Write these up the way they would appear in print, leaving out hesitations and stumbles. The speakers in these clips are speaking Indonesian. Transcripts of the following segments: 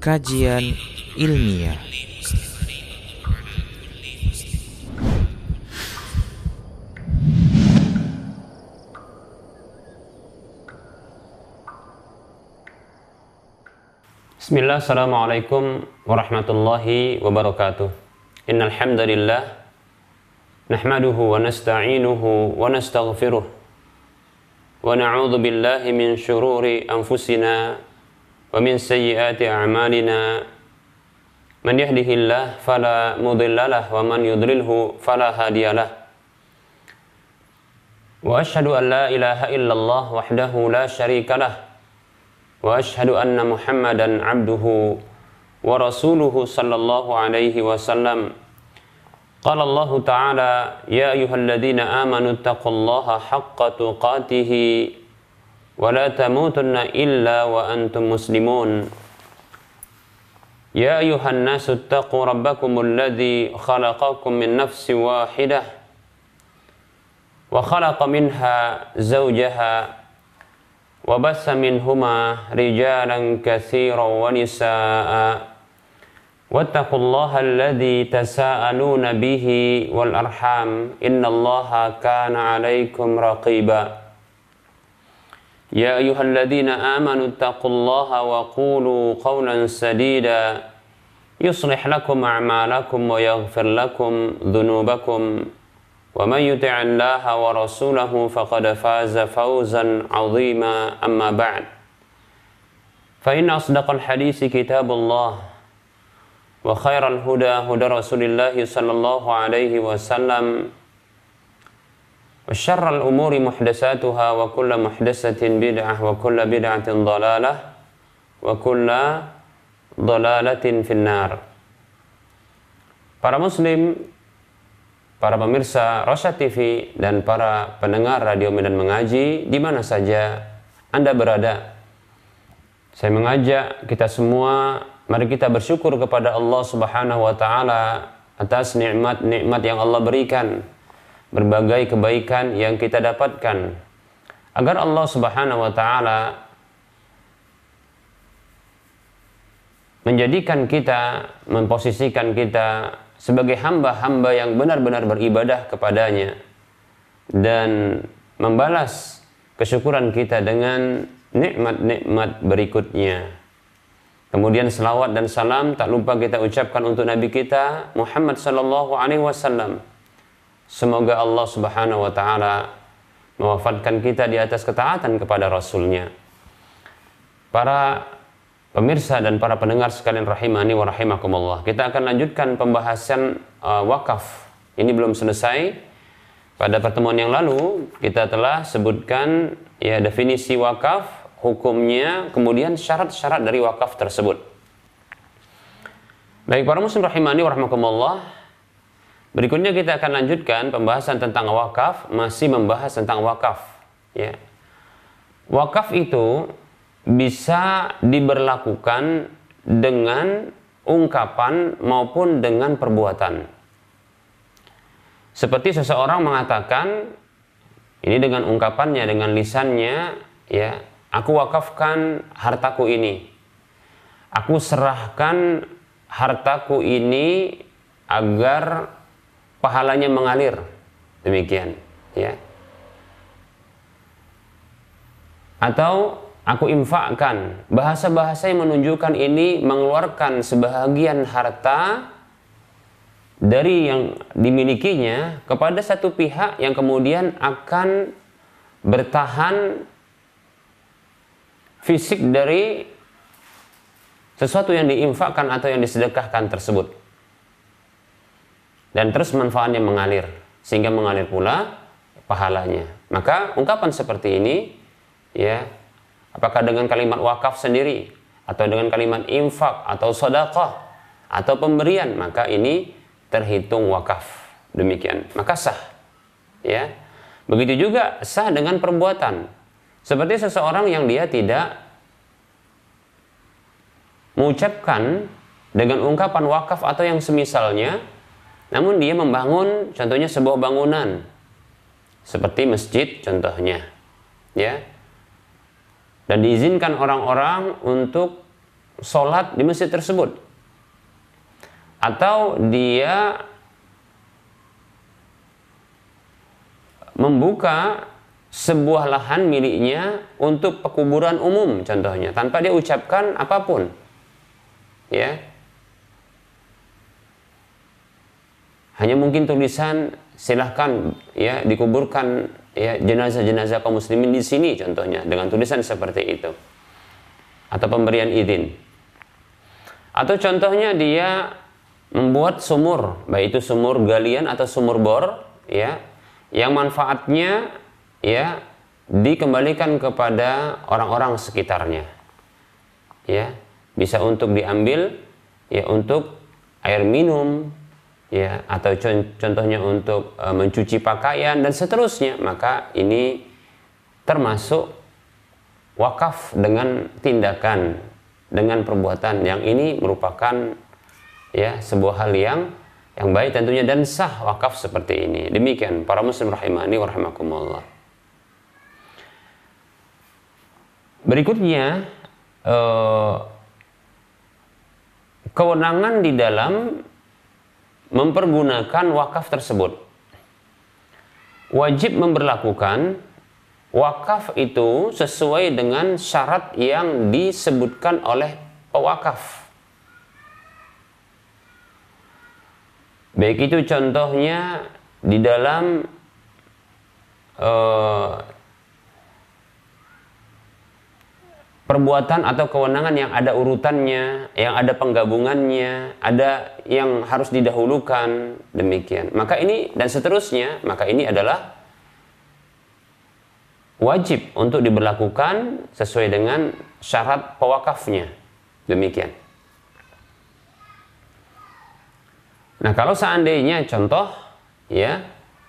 kajian ilmiah. Bismillah, assalamualaikum warahmatullahi wabarakatuh. Innal hamdalillah nahmaduhu wa nasta'inuhu wa nastaghfiruh wa na'udzu billahi min syururi anfusina wa min sayyiati a'malina. Man yahdihillahu fala mudhillalah wa man yudlilhu fala hadiyalah. Wa asyhadu an la ilaha illallah wahdahu la syarikalah wa asyhadu anna Muhammadan abduhu wa rasuluhu sallallahu alaihi wasallam. Qala Allah ta'ala, ya ayyuhalladzina amanu taqullaha haqqa tuqatih wa la tamutunna illa wa antum muslimun. Ya ayyuhan nasu taqu rabbakumul ladzi khalaqakum min nafsin wahidah wa khalaqa minha zawjaha wa bassa minhuma rijalan katsiran wa nisaa'a wattaqullaha alladzi tasaaluna bihi wal arham innallaha kana 'alaikum raqiba. Ya ayyuhalladzina amanu taqullaha wa qulu qawlan sadida yuslih lakum a'malakum wa yaghfir lakum dhunubakum wa man yuti'illaha wa rasulahu faqad faza fawzan 'azima. Amma ba'd, fa inna asdaqal hadisi kitabullah wa khairal huda huda Rasulillah sallallahu alaihi wasallam wa syarral umuri muhdatsatuha wa kullu muhdatsatin bid'ah wa kullu bid'atin dhalalah wa kullu dhalalatin finnar. Para muslim, para pemirsa Rosyad TV dan para pendengar Radio Medan Mengaji di mana saja Anda berada, saya mengajak kita semua, mari kita bersyukur kepada Allah Subhanahu wa taala atas nikmat-nikmat yang Allah berikan, berbagai kebaikan yang kita dapatkan, agar Allah Subhanahu wa taala menjadikan kita, memposisikan kita sebagai hamba-hamba yang benar-benar beribadah kepadanya dan membalas kesyukuran kita dengan nikmat-nikmat berikutnya. Kemudian selawat dan salam tak lupa kita ucapkan untuk Nabi kita Muhammad sallallahu alaihi wasallam. Semoga Allah Subhanahu wa taala mewafatkan kita di atas ketaatan kepada Rasulnya. Para pemirsa dan para pendengar sekalian rahimani wa rahimakumullah, kita akan lanjutkan pembahasan wakaf. Ini belum selesai. Pada pertemuan yang lalu kita telah sebutkan ya definisi wakaf, hukumnya, kemudian syarat-syarat dari wakaf tersebut. Baik para muslim rahimani wa rahimakumullah, berikutnya kita akan lanjutkan pembahasan tentang wakaf, masih membahas tentang wakaf. Ya. Wakaf itu bisa diberlakukan dengan ungkapan maupun dengan perbuatan. Seperti seseorang mengatakan ini dengan ungkapannya, dengan lisannya, ya, aku wakafkan hartaku ini, aku serahkan hartaku ini agar pahalanya mengalir, demikian, ya. Atau aku infakkan, bahasa-bahasa yang menunjukkan ini mengeluarkan sebahagian harta dari yang dimilikinya kepada satu pihak yang kemudian akan bertahan fisik dari sesuatu yang diinfakkan atau yang disedekahkan tersebut, dan terus manfaatnya mengalir sehingga mengalir pula pahalanya. Maka ungkapan seperti ini, ya, apakah dengan kalimat wakaf sendiri atau dengan kalimat infak atau sedekah atau pemberian, maka ini terhitung wakaf. Demikian, maka sah. Ya. Begitu juga sah dengan perbuatan. Seperti seseorang yang dia tidak mengucapkan dengan ungkapan wakaf atau yang semisalnya, namun dia membangun contohnya sebuah bangunan seperti masjid contohnya, ya. Dan diizinkan orang-orang untuk sholat di masjid tersebut, atau dia membuka sebuah lahan miliknya untuk pekuburan umum contohnya, tanpa dia ucapkan apapun, ya, hanya mungkin tulisan silahkan ya dikuburkan ya jenazah-jenazah kaum muslimin di sini contohnya, dengan tulisan seperti itu, atau pemberian izin. Atau contohnya dia membuat sumur, baik itu sumur galian atau sumur bor, ya, yang manfaatnya ya dikembalikan kepada orang-orang sekitarnya, ya, bisa untuk diambil ya untuk air minum, ya, atau contohnya untuk mencuci pakaian dan seterusnya. Maka ini termasuk wakaf dengan tindakan, dengan perbuatan yang ini merupakan ya sebuah hal yang baik tentunya dan sah wakaf seperti ini. Demikian para muslim rahimani wa rahimakumullah. Berikutnya kewenangan di dalam mempergunakan wakaf tersebut. Wajib memberlakukan wakaf itu sesuai dengan syarat yang disebutkan oleh pewakaf. Baik itu contohnya di dalam perbuatan atau kewenangan yang ada urutannya, yang ada penggabungannya, ada yang harus didahulukan, demikian. Maka ini dan seterusnya, maka ini adalah wajib untuk diberlakukan sesuai dengan syarat pewakafnya. Demikian. Nah, kalau seandainya contoh ya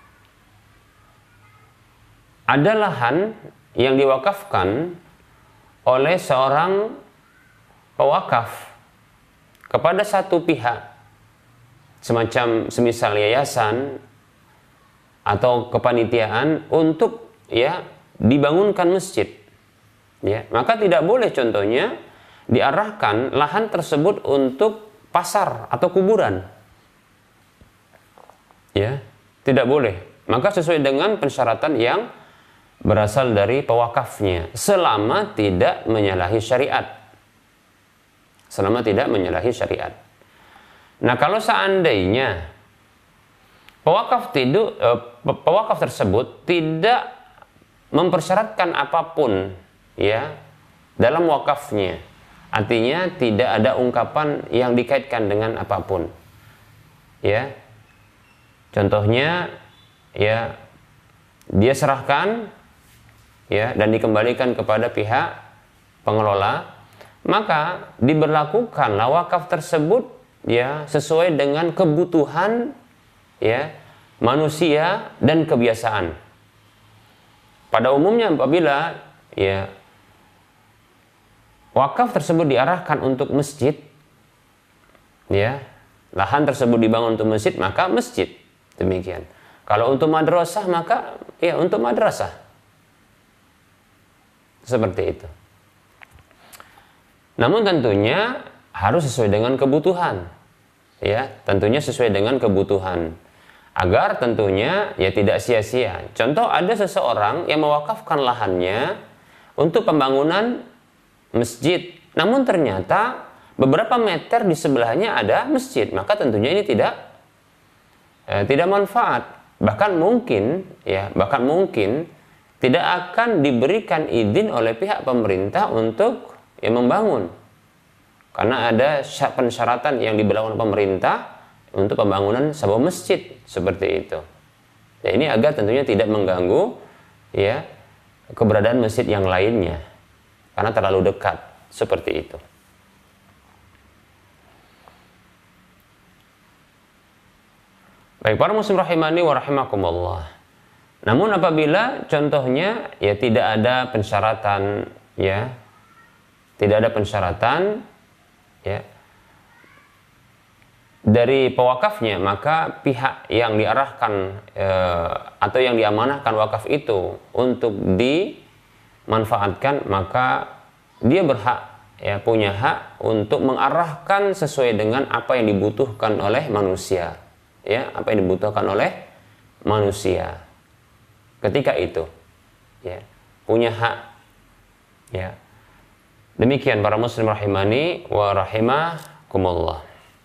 ada lahan yang diwakafkan oleh seorang pewakaf kepada satu pihak, semacam semisal yayasan atau kepanitiaan untuk ya dibangunkan masjid, ya, maka tidak boleh contohnya diarahkan lahan tersebut untuk pasar atau kuburan, ya, tidak boleh. Maka sesuai dengan persyaratan yang berasal dari pewakafnya, selama tidak menyalahi syariat. Selama tidak menyalahi syariat. Nah, kalau seandainya pewakaf tersebut tidak mempersyaratkan apapun ya dalam wakafnya, artinya tidak ada ungkapan yang dikaitkan dengan apapun, ya, contohnya ya dia serahkan ya dan dikembalikan kepada pihak pengelola, maka diberlakukanlah wakaf tersebut ya sesuai dengan kebutuhan ya manusia dan kebiasaan. Pada umumnya apabila ya wakaf tersebut diarahkan untuk masjid, ya, lahan tersebut dibangun untuk masjid, maka masjid. Demikian. Kalau untuk madrasah, maka ya untuk madrasah. Seperti itu. Namun tentunya harus sesuai dengan kebutuhan. Ya, tentunya sesuai dengan kebutuhan. Agar tentunya ya tidak sia-sia. Contoh, ada seseorang yang mewakafkan lahannya untuk pembangunan masjid. Namun ternyata beberapa meter di sebelahnya ada masjid. Maka tentunya ini tidak manfaat. Bahkan mungkin tidak akan diberikan izin oleh pihak pemerintah untuk ya membangun, karena ada persyaratan yang diberlakukan pemerintah untuk pembangunan sebuah masjid seperti itu. Ya, ini agar tentunya tidak mengganggu ya keberadaan masjid yang lainnya karena terlalu dekat seperti itu. Baik, para muslim rahimani wa rahimakumullah. Namun apabila contohnya ya tidak ada persyaratan ya dari pewakafnya, maka pihak yang diarahkan atau yang diamanahkan wakaf itu untuk dimanfaatkan, maka dia berhak ya punya hak untuk mengarahkan sesuai dengan apa yang dibutuhkan oleh manusia, ya, apa yang dibutuhkan oleh manusia ketika itu, ya, punya hak, ya. Demikian para muslim rahimani wa rahimakumullah.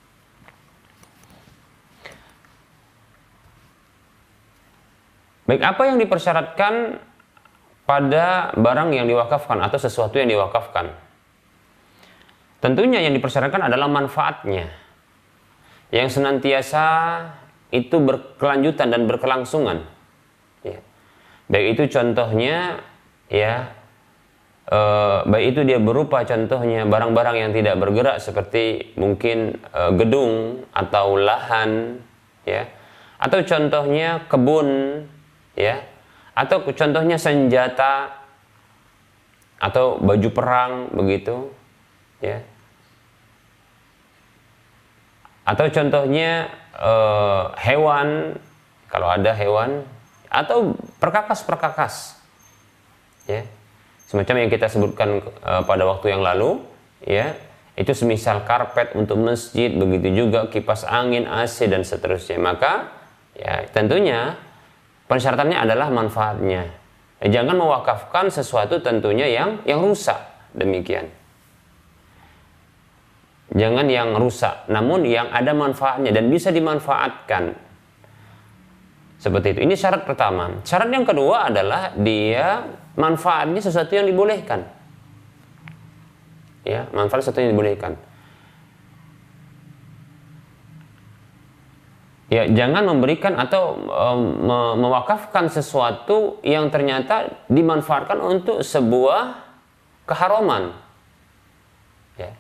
Baik, apa yang dipersyaratkan pada barang yang diwakafkan atau sesuatu yang diwakafkan? Tentunya yang dipersyaratkan adalah manfaatnya yang senantiasa itu berkelanjutan dan berkelangsungan. Ya. Baik itu contohnya, ya, baik itu dia berupa contohnya barang-barang yang tidak bergerak seperti mungkin gedung atau lahan, ya, atau contohnya kebun, ya, atau contohnya senjata atau baju perang begitu, ya, atau contohnya hewan kalau ada hewan, atau perkakas-perkakas, ya, semacam yang kita sebutkan pada waktu yang lalu, ya, itu semisal karpet untuk masjid, begitu juga kipas angin, AC dan seterusnya. Maka ya tentunya persyaratannya adalah manfaatnya. Jangan mewakafkan sesuatu tentunya yang rusak, demikian. Jangan yang rusak, namun yang ada manfaatnya dan bisa dimanfaatkan. Seperti itu. Ini syarat pertama. Syarat yang kedua adalah dia manfaatnya sesuatu yang dibolehkan. Ya, manfaat sesuatu yang dibolehkan. Ya, jangan memberikan atau mewakafkan sesuatu yang ternyata dimanfaatkan untuk sebuah keharaman. Ya.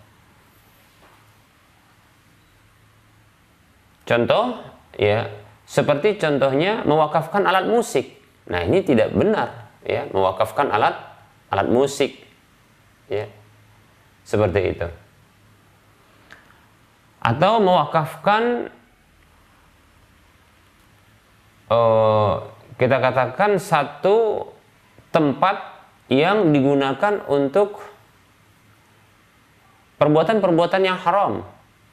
Contoh, ya, seperti contohnya mewakafkan alat musik. Nah, ini tidak benar, ya, mewakafkan alat musik, ya, seperti itu. Atau mewakafkan kita katakan satu tempat yang digunakan untuk perbuatan-perbuatan yang haram.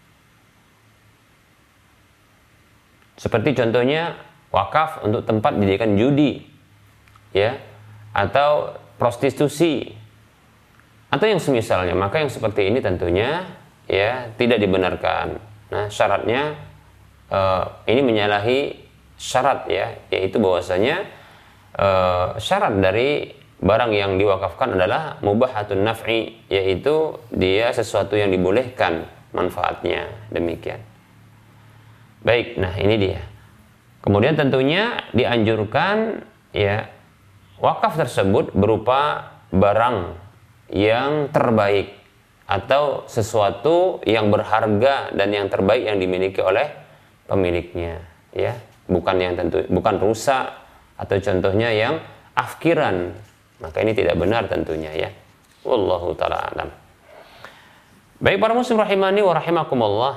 Seperti contohnya wakaf untuk tempat dijadikan judi, ya, atau prostitusi, atau yang semisalnya. Maka yang seperti ini tentunya, ya, tidak dibenarkan. Nah, syaratnya ini menyalahi syarat, ya, yaitu bahwasanya syarat dari barang yang diwakafkan adalah mubahatun naf'i, yaitu dia sesuatu yang dibolehkan manfaatnya, demikian. Baik, nah ini dia. Kemudian tentunya dianjurkan, ya, wakaf tersebut berupa barang yang terbaik atau sesuatu yang berharga dan yang terbaik yang dimiliki oleh pemiliknya, ya. Bukan rusak atau contohnya yang afkiran. Maka ini tidak benar tentunya, ya. Wallahu ta'ala alam. Baik para muslim rahimani wa rahimakumullah.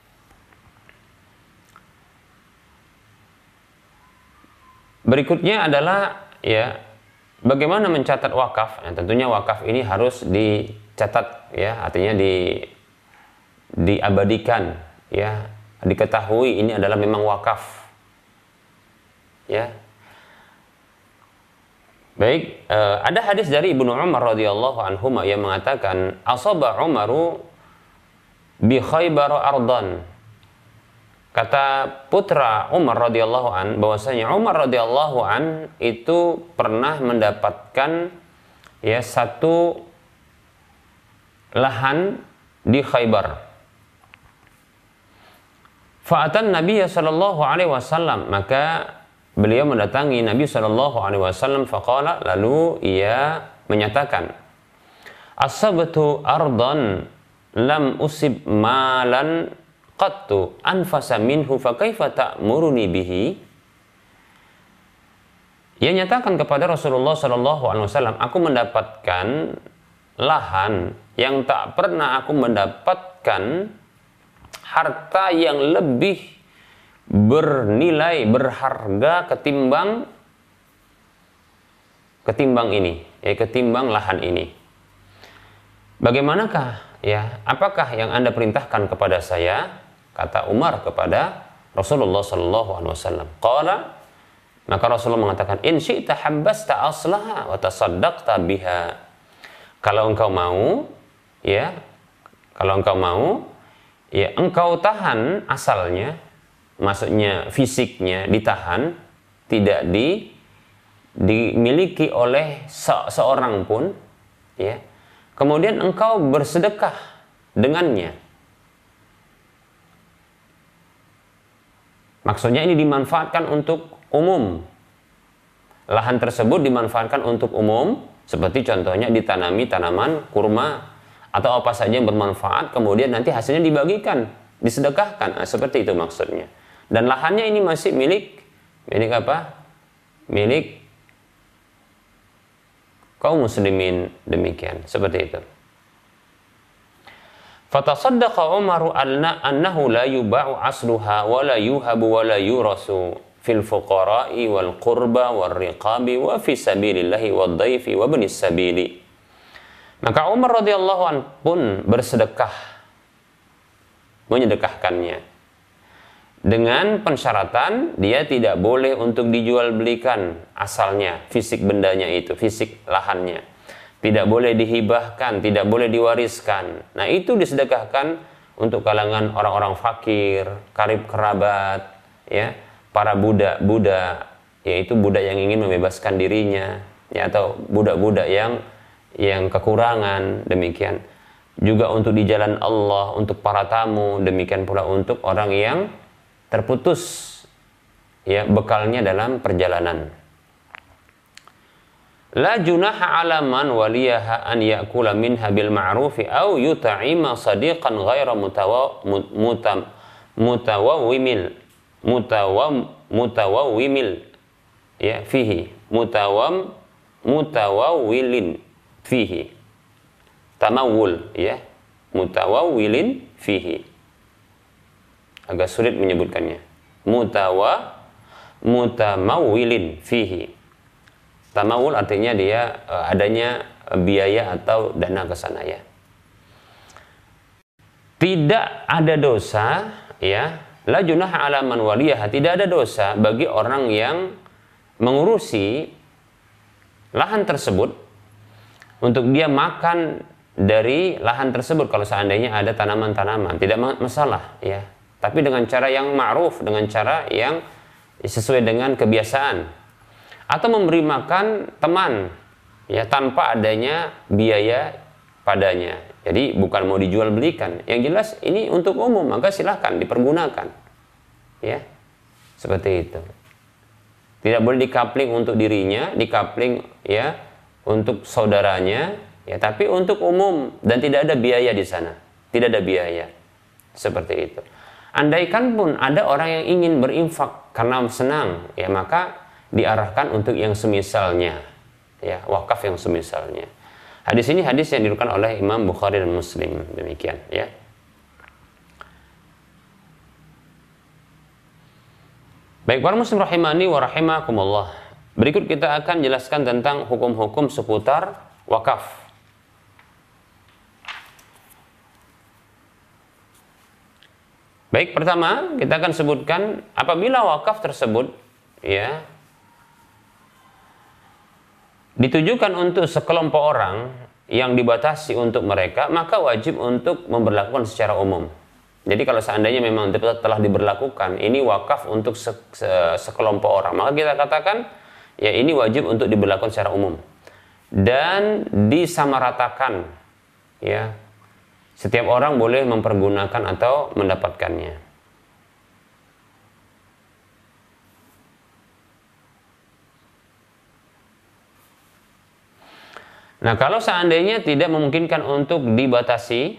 Berikutnya adalah, ya, bagaimana mencatat wakaf. Nah, tentunya wakaf ini harus dicatat, ya, artinya diabadikan, ya, diketahui ini adalah memang wakaf. Ya. Baik, ada hadis dari Ibnu Umar radhiyallahu anhuma yang mengatakan asaba Umaru bi Khaybar ardan. Kata putra Umar radhiyallahu an bahwasanya Umar radhiyallahu an itu pernah mendapatkan, ya, satu lahan di Khaybar. Fa'atan Nabi sallallahu alaihi wasallam, maka beliau mendatangi Nabi sallallahu alaihi wasallam, faqala, lalu ia menyatakan, asabtu ardan lam usib malan qattu anfasa minhu fa kaifa ta'muruni bihi. Ia nyatakan kepada Rasulullah sallallahu alaihi wasallam, aku mendapatkan lahan yang tak pernah aku mendapatkan harta yang lebih bernilai, berharga ketimbang ini, ketimbang lahan ini. bagaimanakah ya, apakah yang Anda perintahkan kepada saya? Kata Umar kepada Rasulullah sallallahu alaihi wasallam. Qala, maka Rasulullah mengatakan, in syi'ta habbasta aslaha wa tasaddaqta biha. Kalau engkau mau, ya, kalau engkau mau, ya, engkau tahan asalnya, maksudnya fisiknya ditahan, tidak dimiliki oleh seorang pun, ya. Kemudian engkau bersedekah dengannya. Maksudnya ini dimanfaatkan untuk umum. Lahan tersebut dimanfaatkan untuk umum, seperti contohnya ditanami tanaman kurma atau apa saja yang bermanfaat, kemudian nanti hasilnya dibagikan, disedekahkan. Nah, seperti itu maksudnya. Dan lahannya ini masih milik apa? Milik kaum muslimin, demikian, seperti itu. Fatasaddaqa Umaru annahu la yuba'u asluha wa la yuhabu wa la yurasu fil fuqara'i wal qurba wal riqabi wa fi sabilillahi wad dhaifi wa ibnis sabili. Maka Umar radhiyallahu an pun bersedekah, menyedekahkannya dengan pensyaratan dia tidak boleh untuk dijual belikan asalnya, fisik bendanya itu, fisik lahannya. Tidak boleh dihibahkan, tidak boleh diwariskan. Nah, itu disedekahkan untuk kalangan orang-orang fakir, karib kerabat, ya, para budak-budak, yaitu budak yang ingin membebaskan dirinya, ya, atau budak-budak yang kekurangan, demikian. Juga untuk di jalan Allah, untuk para tamu, demikian pula untuk orang yang terputus, ya, bekalnya dalam perjalanan. La junaha ala man waliyaha an ya'kula minha bil ma'rufi aw yut'ima sadiqan ghaira mutawawwimil ya fihi mutawawwilin fihi tamawul, ya, mutawawwilin fihi, agak sulit menyebutkannya, mutamawwilin fihi. Tamawul artinya dia adanya biaya atau dana ke sana, ya. Tidak ada dosa, ya, la junaha ala man waliyah, tidak ada dosa bagi orang yang mengurusi lahan tersebut untuk dia makan dari lahan tersebut kalau seandainya ada tanaman-tanaman, tidak masalah, ya. Tapi dengan cara yang ma'ruf, dengan cara yang sesuai dengan kebiasaan. Atau memberi makan teman, ya, tanpa adanya biaya padanya. Jadi bukan mau dijual belikan. Yang jelas ini untuk umum, maka silahkan dipergunakan, ya, seperti itu. Tidak boleh dikapling untuk dirinya, dikapling, ya, untuk saudaranya, ya, tapi untuk umum dan tidak ada biaya di sana, tidak ada biaya, seperti itu. Andaikan pun ada orang yang ingin berinfak karena senang, ya, maka diarahkan untuk yang semisalnya, ya, wakaf yang semisalnya. Hadis ini hadis yang diriwayatkan oleh Imam Bukhari dan Muslim, demikian, ya. Baik para muslim rahimani wa rahimakumullah. Berikut kita akan jelaskan tentang hukum-hukum seputar wakaf. Baik, pertama kita akan sebutkan apabila wakaf tersebut, ya, ditujukan untuk sekelompok orang yang dibatasi untuk mereka, maka wajib untuk memberlakukan secara umum. Jadi kalau seandainya memang telah diberlakukan, ini wakaf untuk sekelompok orang, maka kita katakan, ya, ini wajib untuk diberlakukan secara umum. Dan disamaratakan, ya, setiap orang boleh mempergunakan atau mendapatkannya. Nah, kalau seandainya tidak memungkinkan untuk dibatasi,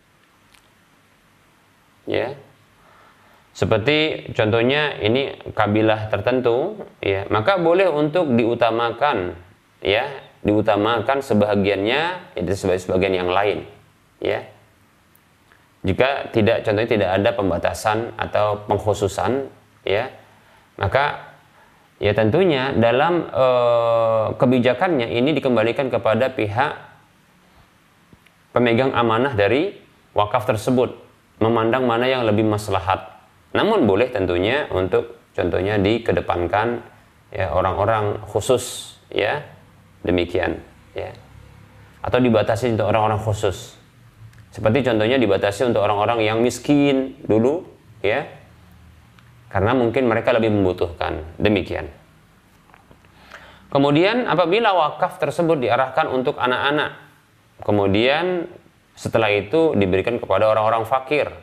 ya, seperti contohnya ini kabilah tertentu, ya, maka boleh untuk diutamakan, ya, diutamakan sebahagiannya itu sebagian yang lain, ya. Jika tidak, contohnya tidak ada pembatasan atau pengkhususan, ya, maka, ya, tentunya dalam kebijakannya ini dikembalikan kepada pihak pemegang amanah dari wakaf tersebut, memandang mana yang lebih maslahat. Namun boleh tentunya untuk contohnya dikedepankan ya orang-orang khusus, ya demikian, ya, atau dibatasi untuk orang-orang khusus, seperti contohnya dibatasi untuk orang-orang yang miskin dulu, ya, karena mungkin mereka lebih membutuhkan, demikian. Kemudian apabila wakaf tersebut diarahkan untuk anak-anak, kemudian setelah itu diberikan kepada orang-orang fakir,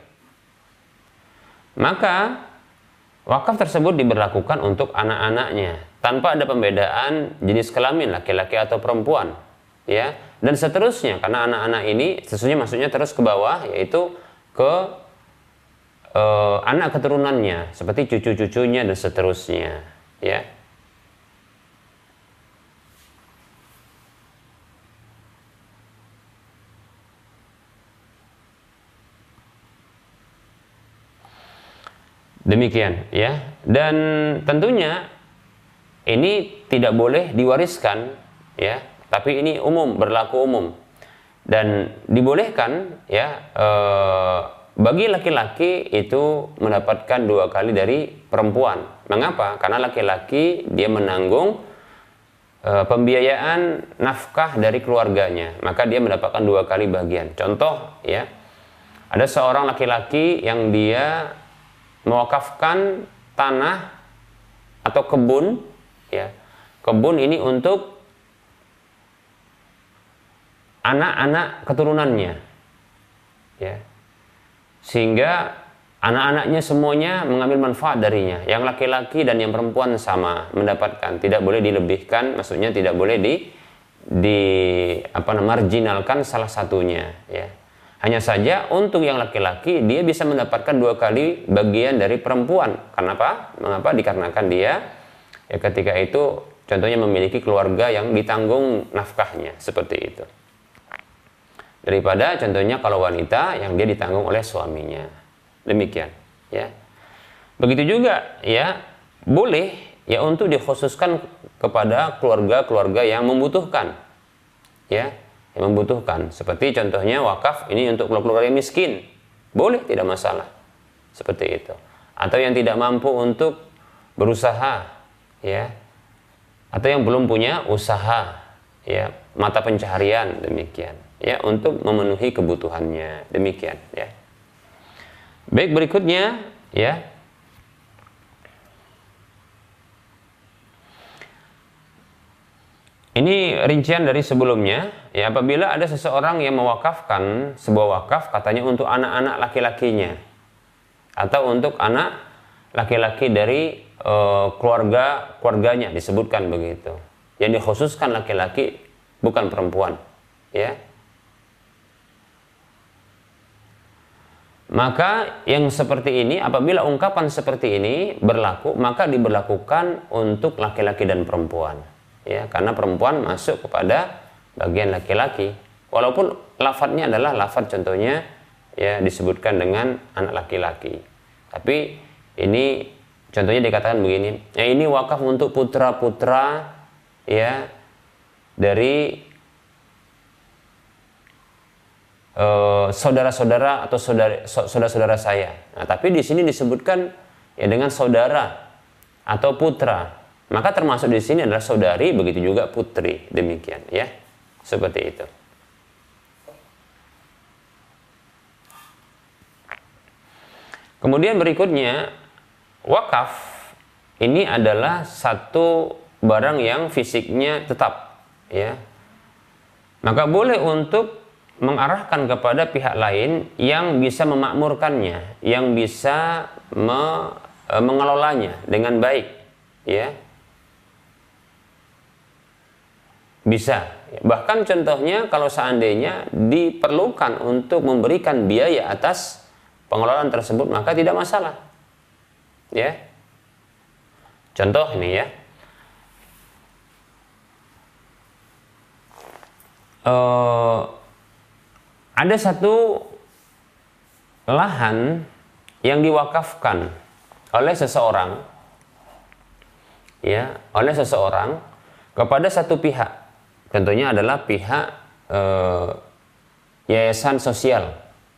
maka wakaf tersebut diberlakukan untuk anak-anaknya tanpa ada pembedaan jenis kelamin laki-laki atau perempuan, ya, dan seterusnya, karena anak-anak ini sesungguhnya maksudnya terus ke bawah, yaitu ke anak keturunannya seperti cucu-cucunya dan seterusnya, ya. Demikian, ya. Dan tentunya ini tidak boleh diwariskan, ya, tapi ini umum, berlaku umum. Dan dibolehkan, ya, bagi laki-laki itu mendapatkan 2 kali dari perempuan. Mengapa? Karena laki-laki dia menanggung pembiayaan nafkah dari keluarganya, maka dia mendapatkan 2 kali bagian. Contoh, ya, ada seorang laki-laki yang dia mewakafkan tanah atau kebun, ya, kebun ini untuk anak-anak keturunannya, ya, sehingga anak-anaknya semuanya mengambil manfaat darinya, yang laki-laki dan yang perempuan sama mendapatkan, tidak boleh dilebihkan, maksudnya tidak boleh marginalkan salah satunya, ya. Hanya saja untuk yang laki-laki dia bisa mendapatkan 2 kali bagian dari perempuan. Kenapa? Mengapa? Dikarenakan dia ya ketika itu contohnya memiliki keluarga yang ditanggung nafkahnya, seperti itu. Daripada contohnya kalau wanita yang dia ditanggung oleh suaminya. Demikian, ya. Begitu juga, ya, boleh ya untuk dikhususkan kepada keluarga-keluarga yang membutuhkan, ya, yang membutuhkan. Seperti contohnya wakaf ini untuk keluarga yang miskin, boleh, tidak masalah, seperti itu. Atau yang tidak mampu untuk berusaha, ya, atau yang belum punya usaha, ya, mata pencaharian, demikian, ya, untuk memenuhi kebutuhannya, demikian, ya. Baik, berikutnya, ya, ini rincian dari sebelumnya, ya, apabila ada seseorang yang mewakafkan sebuah wakaf katanya untuk anak-anak laki-lakinya atau untuk anak laki-laki dari keluarganya, disebutkan begitu. Yang dikhususkan laki-laki bukan perempuan, ya. Maka yang seperti ini, apabila ungkapan seperti ini berlaku, maka diberlakukan untuk laki-laki dan perempuan. Ya, karena perempuan masuk kepada bagian laki-laki, walaupun lafadznya adalah lafadz contohnya ya disebutkan dengan anak laki-laki, tapi ini contohnya dikatakan begini, ya, ini wakaf untuk putra-putra, ya, dari saudara-saudara atau saudara-saudara saya. Nah, tapi di sini disebutkan ya dengan saudara atau putra. Maka termasuk di sini adalah saudari, begitu juga putri, demikian, ya, seperti itu. Kemudian berikutnya, wakaf ini adalah satu barang yang fisiknya tetap, ya. Maka boleh untuk mengarahkan kepada pihak lain yang bisa memakmurkannya, yang bisa mengelolanya dengan baik, ya. Bisa. Bahkan contohnya kalau seandainya diperlukan untuk memberikan biaya atas pengelolaan tersebut, maka tidak masalah. Ya. Contoh ini, ya. Ada satu lahan yang diwakafkan oleh seseorang, ya, oleh seseorang kepada satu pihak. Contohnya adalah pihak yayasan sosial.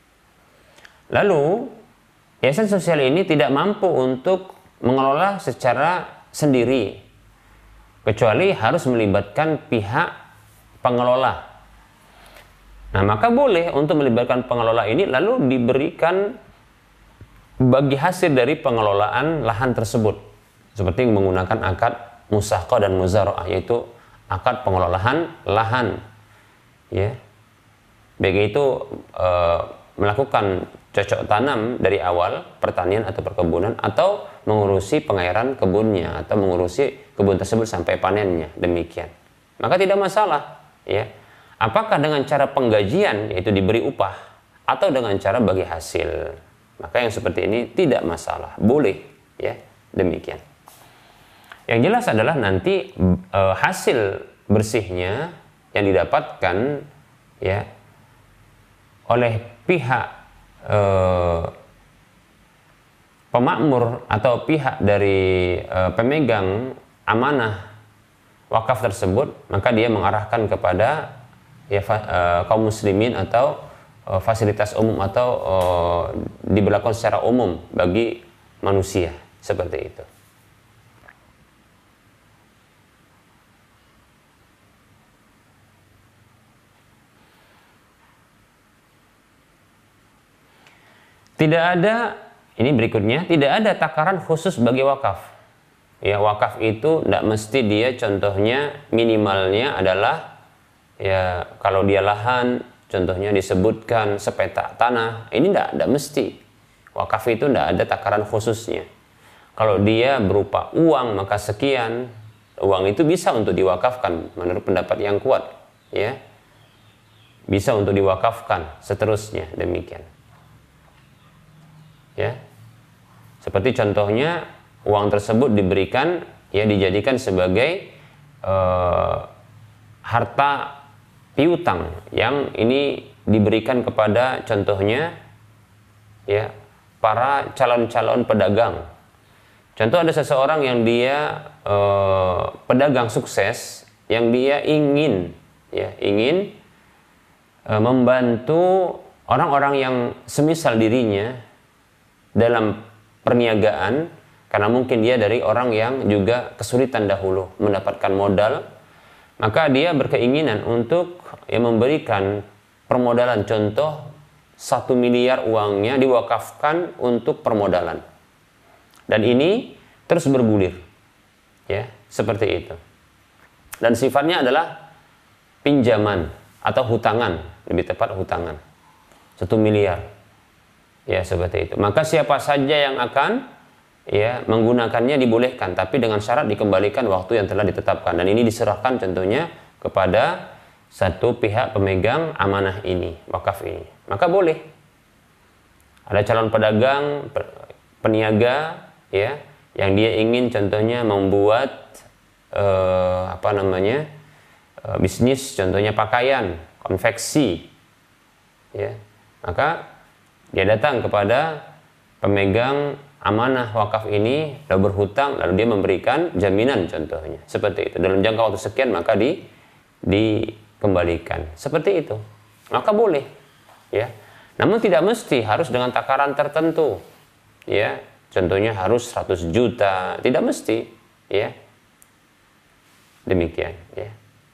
Lalu yayasan sosial ini tidak mampu untuk mengelola secara sendiri, kecuali harus melibatkan pihak pengelola. Nah, maka boleh untuk melibatkan pengelola ini lalu diberikan bagi hasil dari pengelolaan lahan tersebut, seperti menggunakan akad musaqah dan muzara'ah, yaitu akad pengelolaan lahan, ya, baik itu melakukan cocok tanam dari awal pertanian atau perkebunan, atau mengurusi pengairan kebunnya, atau mengurusi kebun tersebut sampai panennya, demikian. Maka tidak masalah, ya, apakah dengan cara penggajian, yaitu diberi upah, atau dengan cara bagi hasil. Maka yang seperti ini tidak masalah, boleh, ya, demikian. Yang jelas adalah nanti hasil bersihnya yang didapatkan, ya, oleh pihak pemakmur atau pihak dari pemegang amanah wakaf tersebut, maka dia mengarahkan kepada, ya, kaum muslimin atau fasilitas umum, atau diberlakukan secara umum bagi manusia, seperti itu. Tidak ada, ini berikutnya, tidak ada takaran khusus bagi wakaf. Ya, wakaf itu tidak mesti dia, contohnya minimalnya adalah, ya, kalau dia lahan, contohnya disebutkan sepetak tanah, ini tidak mesti. Wakaf itu tidak ada takaran khususnya. Kalau dia berupa uang, maka sekian. Uang itu bisa untuk diwakafkan menurut pendapat yang kuat, ya. Bisa untuk diwakafkan, seterusnya, demikian. Ya. Seperti contohnya uang tersebut diberikan, ya, dijadikan sebagai harta piutang yang ini diberikan kepada, contohnya, ya, para calon-calon pedagang. Contoh, ada seseorang yang dia pedagang sukses, yang dia ingin, ya, membantu orang-orang yang semisal dirinya dalam perniagaan, karena mungkin dia dari orang yang juga kesulitan dahulu mendapatkan modal, maka dia berkeinginan untuk, ya, memberikan permodalan. Contoh, 1 miliar uangnya diwakafkan untuk permodalan. Dan ini terus bergulir, ya, seperti itu. Dan sifatnya adalah pinjaman atau hutangan, lebih tepat hutangan, 1 miliar, ya, seperti itu. Maka siapa saja yang akan, ya, menggunakannya dibolehkan, tapi dengan syarat dikembalikan waktu yang telah ditetapkan. Dan ini diserahkan contohnya kepada satu pihak pemegang amanah ini, wakaf ini. Maka boleh. Ada calon pedagang, peniaga, ya, yang dia ingin contohnya membuat bisnis, contohnya pakaian, konveksi, ya. Maka dia datang kepada pemegang amanah wakaf ini, lalu berhutang, lalu dia memberikan jaminan, contohnya seperti itu, dalam jangka waktu sekian maka dikembalikan, seperti itu. Maka boleh, ya. Namun tidak mesti harus dengan takaran tertentu, ya. Contohnya harus 100 juta, tidak mesti, ya. Demikian, ya.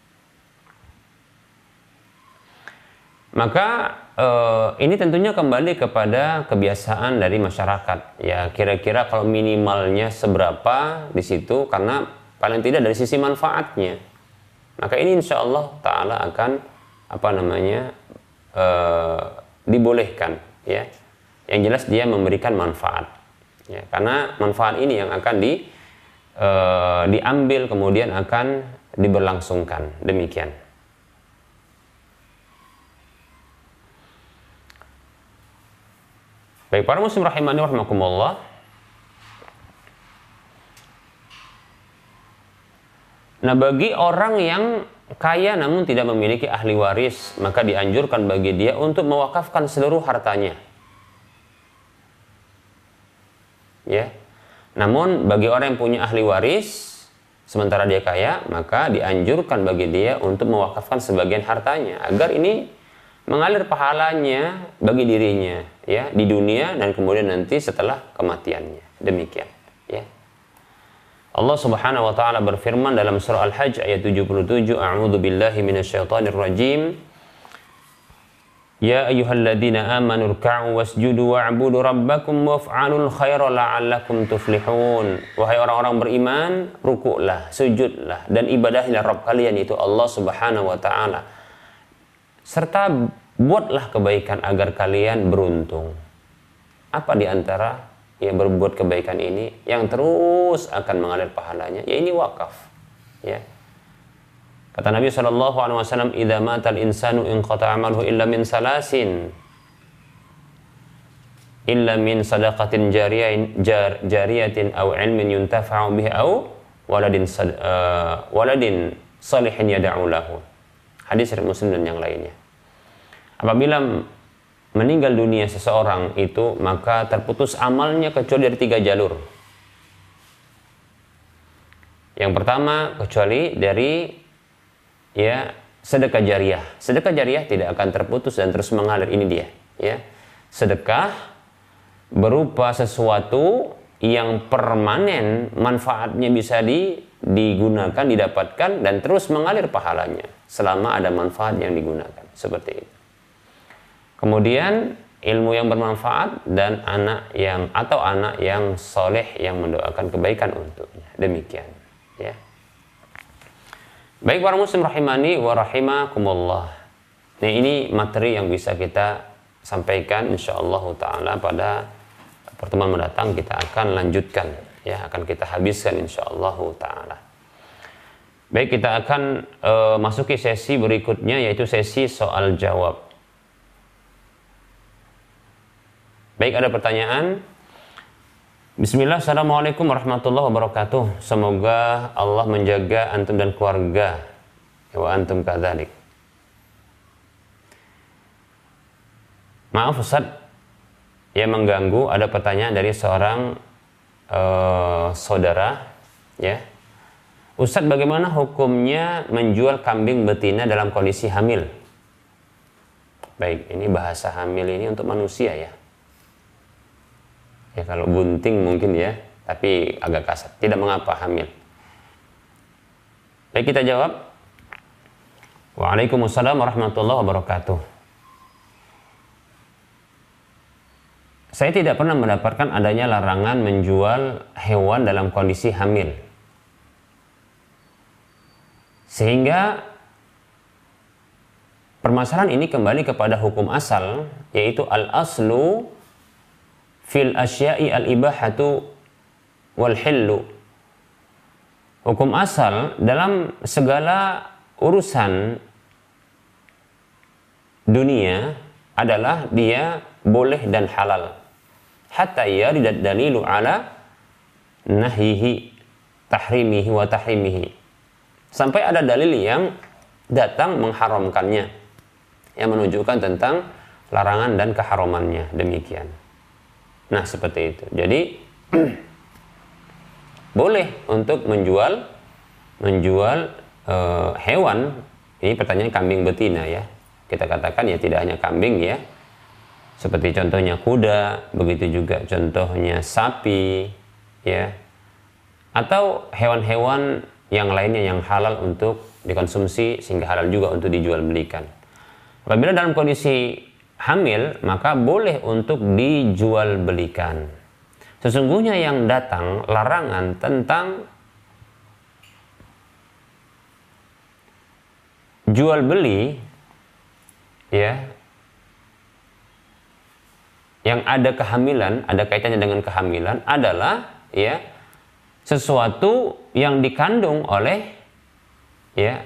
Maka ini tentunya kembali kepada kebiasaan dari masyarakat, ya. Kira-kira kalau minimalnya seberapa di situ, karena paling tidak dari sisi manfaatnya, maka ini insya Allah Ta'ala akan dibolehkan, ya. Yang jelas dia memberikan manfaat, ya, karena manfaat ini yang akan diambil kemudian akan diberlangsungkan, demikian. Baik, para muslim rahimani wa rahimakumullah. Nah, bagi orang yang kaya namun tidak memiliki ahli waris, maka dianjurkan bagi dia untuk mewakafkan seluruh hartanya, ya. Namun bagi orang yang punya ahli waris sementara dia kaya, maka dianjurkan bagi dia untuk mewakafkan sebagian hartanya, agar ini mengalir pahalanya bagi dirinya ya di dunia dan kemudian nanti setelah kematiannya. Demikian ya. Allah Subhanahu wa taala berfirman dalam surah Al-Hajj ayat 77, A'udzu billahi minasyaitonir rajim. Ya ayyuhalladzina amanu ruk'u wasjudu wa'budu rabbakum waf'alul khaira la'allakum tuflihun. Wahai orang-orang beriman, rukuklah, sujudlah dan ibadahilah Rabb kalian itu Allah Subhanahu wa taala. Serta buatlah kebaikan agar kalian beruntung. Apa di antara yang berbuat kebaikan ini yang terus akan mengalir pahalanya? Ya ini wakaf. Ya. Kata Nabi SAW, "Idza matal insanu inqata'a 'amaluhu illa min salasin, illa min sadaqatin jariyatin aw 'ilmin yuntafa'u bihi aw waladin salihin yad'u lahu." Hadis riwayat Muslim dan yang lainnya. Apabila meninggal dunia seseorang itu, maka terputus amalnya kecuali dari 3 jalur. Yang pertama, kecuali dari ya sedekah jariah. Sedekah jariah tidak akan terputus dan terus mengalir. Ini dia ya. Sedekah berupa sesuatu yang permanen, manfaatnya bisa digunakan, didapatkan dan terus mengalir pahalanya selama ada manfaat yang digunakan. Seperti itu. Kemudian ilmu yang bermanfaat dan anak yang soleh yang mendoakan kebaikan untuknya. Demikian ya. Baik para muslim rahimani wa rahimakumullah. Nah, ini materi yang bisa kita sampaikan insyaallah taala pada pertemuan mendatang. Kita akan lanjutkan ya, akan kita habiskan insyaallah taala. Baik, kita akan masuki sesi berikutnya, yaitu sesi soal jawab. Baik, ada pertanyaan? Bismillah, assalamualaikum warahmatullahi wabarakatuh. Semoga Allah menjaga antum dan keluarga. Wa antum kadzalik. Maaf Ustaz, yang mengganggu. Ada pertanyaan dari seorang saudara. Ya, Ustaz, bagaimana hukumnya menjual kambing betina dalam kondisi hamil? Baik, ini bahasa hamil ini untuk manusia ya. Ya kalau bunting mungkin ya, tapi agak kasar. Tidak mengapa hamil. Baik, kita jawab. Waalaikumsalam warahmatullahi wabarakatuh. Saya tidak pernah mendapatkan adanya larangan menjual hewan dalam kondisi hamil. Sehingga permasalahan ini kembali kepada hukum asal, yaitu al-aslu fil asya'i al-ibahatu wal hillu. Hukum asal dalam segala urusan dunia adalah dia boleh dan halal. Hatta yaridad dalilu ala nahyihi tahrimihi wa tahrimihi. Sampai ada dalil yang datang mengharamkannya, yang menunjukkan tentang larangan dan keharamannya. Demikian. Nah, seperti itu. Jadi boleh untuk menjual hewan. Ini pertanyaan kambing betina ya. Kita katakan ya tidak hanya kambing ya. Seperti contohnya kuda, begitu juga contohnya sapi ya. Atau hewan-hewan yang lainnya yang halal untuk dikonsumsi sehingga halal juga untuk dijual belikan. Apabila dalam kondisi hamil, maka boleh untuk dijual belikan. Sesungguhnya yang datang larangan tentang jual beli ya, yang ada kehamilan, ada kaitannya dengan kehamilan adalah ya sesuatu yang dikandung oleh ya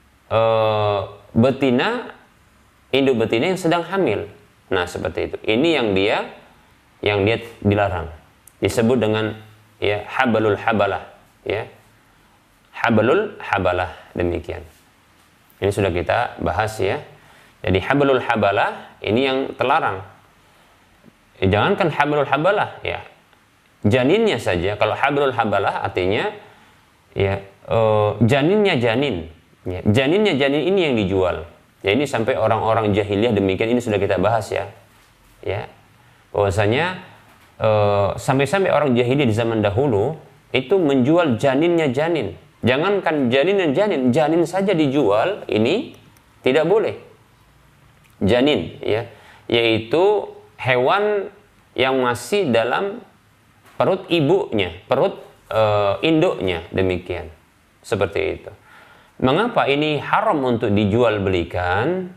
betina, induk betina yang sedang hamil. Nah, seperti itu. Ini yang dia dilarang. Disebut dengan ya habalul habalah ya. Habalul habalah, demikian. Ini sudah kita bahas ya. Jadi habalul habalah ini yang terlarang. Jangankan habalul habalah ya. Janinnya saja. Kalau habalul habalah artinya ya janinnya janin. Ya, janinnya janin ini yang dijual. Ya, ini sampai orang-orang jahiliyah demikian, ini sudah kita bahas ya. Ya. Bahwasanya sampai-sampai orang jahiliyah di zaman dahulu itu menjual janinnya janin. Jangankan janinnya janin, janin saja dijual, ini tidak boleh. Janin ya, yaitu hewan yang masih dalam perut ibunya, perut induknya, demikian. Seperti itu. Mengapa ini haram untuk dijual belikan?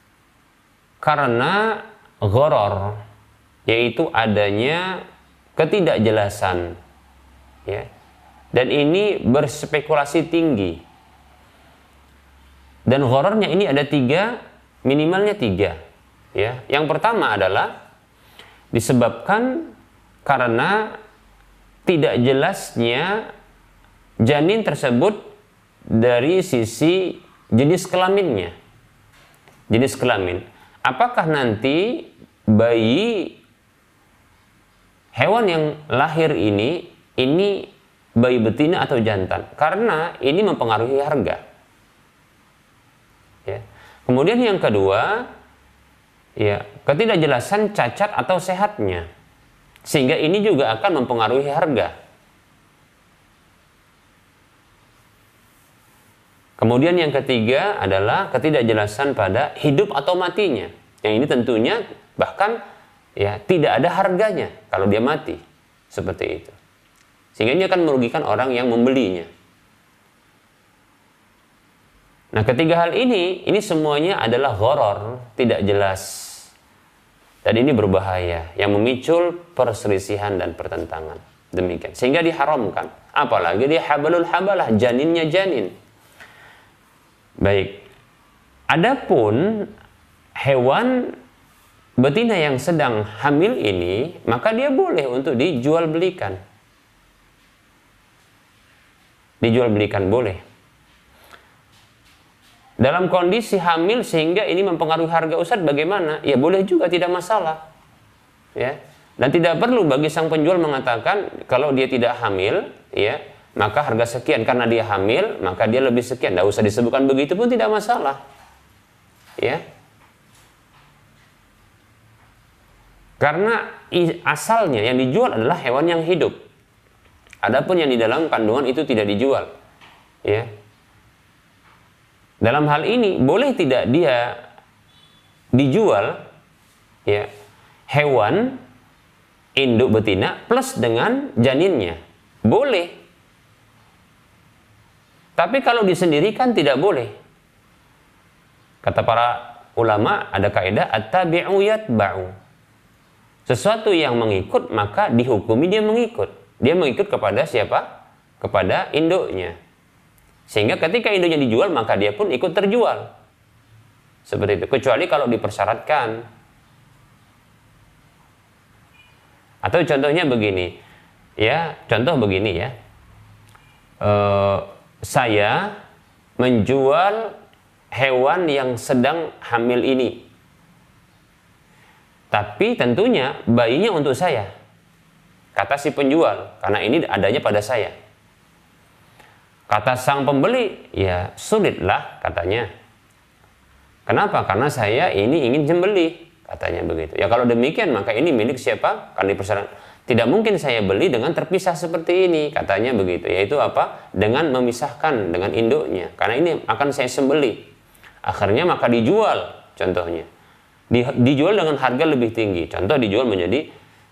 Karena gharar, yaitu adanya ketidakjelasan, ya. Dan ini berspekulasi tinggi. Dan ghararnya ini ada tiga, minimalnya tiga, ya. Yang pertama adalah disebabkan karena tidak jelasnya janin tersebut dari sisi jenis kelaminnya. Jenis kelamin. Apakah nanti bayi hewan yang lahir ini bayi betina atau jantan? Karena ini mempengaruhi harga. Ya. Kemudian yang kedua, ya, ketidakjelasan cacat atau sehatnya. Sehingga ini juga akan mempengaruhi harga. Kemudian yang ketiga adalah ketidakjelasan pada hidup atau matinya. Yang ini tentunya bahkan ya tidak ada harganya kalau dia mati. Seperti itu. Sehingga ini akan merugikan orang yang membelinya. Nah, ketiga hal ini semuanya adalah gharar, tidak jelas. Dan ini berbahaya yang memicu perselisihan dan pertentangan. Demikian. Sehingga diharamkan. Apalagi dia habalul habalah, janinnya janin. Baik, adapun hewan betina yang sedang hamil ini, maka dia boleh untuk dijual belikan. Dijual belikan boleh. Dalam kondisi hamil sehingga ini mempengaruhi harga, Ustaz, bagaimana? Ya boleh juga, tidak masalah. Ya. Dan tidak perlu bagi sang penjual mengatakan kalau dia tidak hamil, ya, maka harga sekian, karena dia hamil maka dia lebih sekian. Tidak usah disebutkan begitu pun tidak masalah, ya. Karena asalnya yang dijual adalah hewan yang hidup. Adapun yang di dalam kandungan itu tidak dijual, ya. Dalam hal ini boleh tidak dia dijual, ya, hewan induk betina plus dengan janinnya, boleh. Tapi kalau disendirikan tidak boleh. Kata para ulama ada kaidah at-tabi'u yatba'u. Sesuatu yang mengikut maka dihukumi dia mengikut. Dia mengikut kepada siapa? Kepada induknya. Sehingga ketika induknya dijual maka dia pun ikut terjual. Seperti itu. Kecuali kalau dipersyaratkan. Atau contohnya begini. Ya, contoh begini ya. Saya menjual hewan yang sedang hamil ini. Tapi tentunya bayinya untuk saya. Kata si penjual, karena ini adanya pada saya. Kata sang pembeli, ya sulitlah katanya. Kenapa? Karena saya ini ingin sembelih, katanya begitu. Ya kalau demikian maka ini milik siapa? Kan dipersyaratkan. Tidak mungkin saya beli dengan terpisah seperti ini, katanya begitu. Yaitu apa? Dengan memisahkan dengan induknya. Karena ini akan saya sembelih. Akhirnya maka dijual, contohnya. Dijual dengan harga lebih tinggi. Contoh dijual menjadi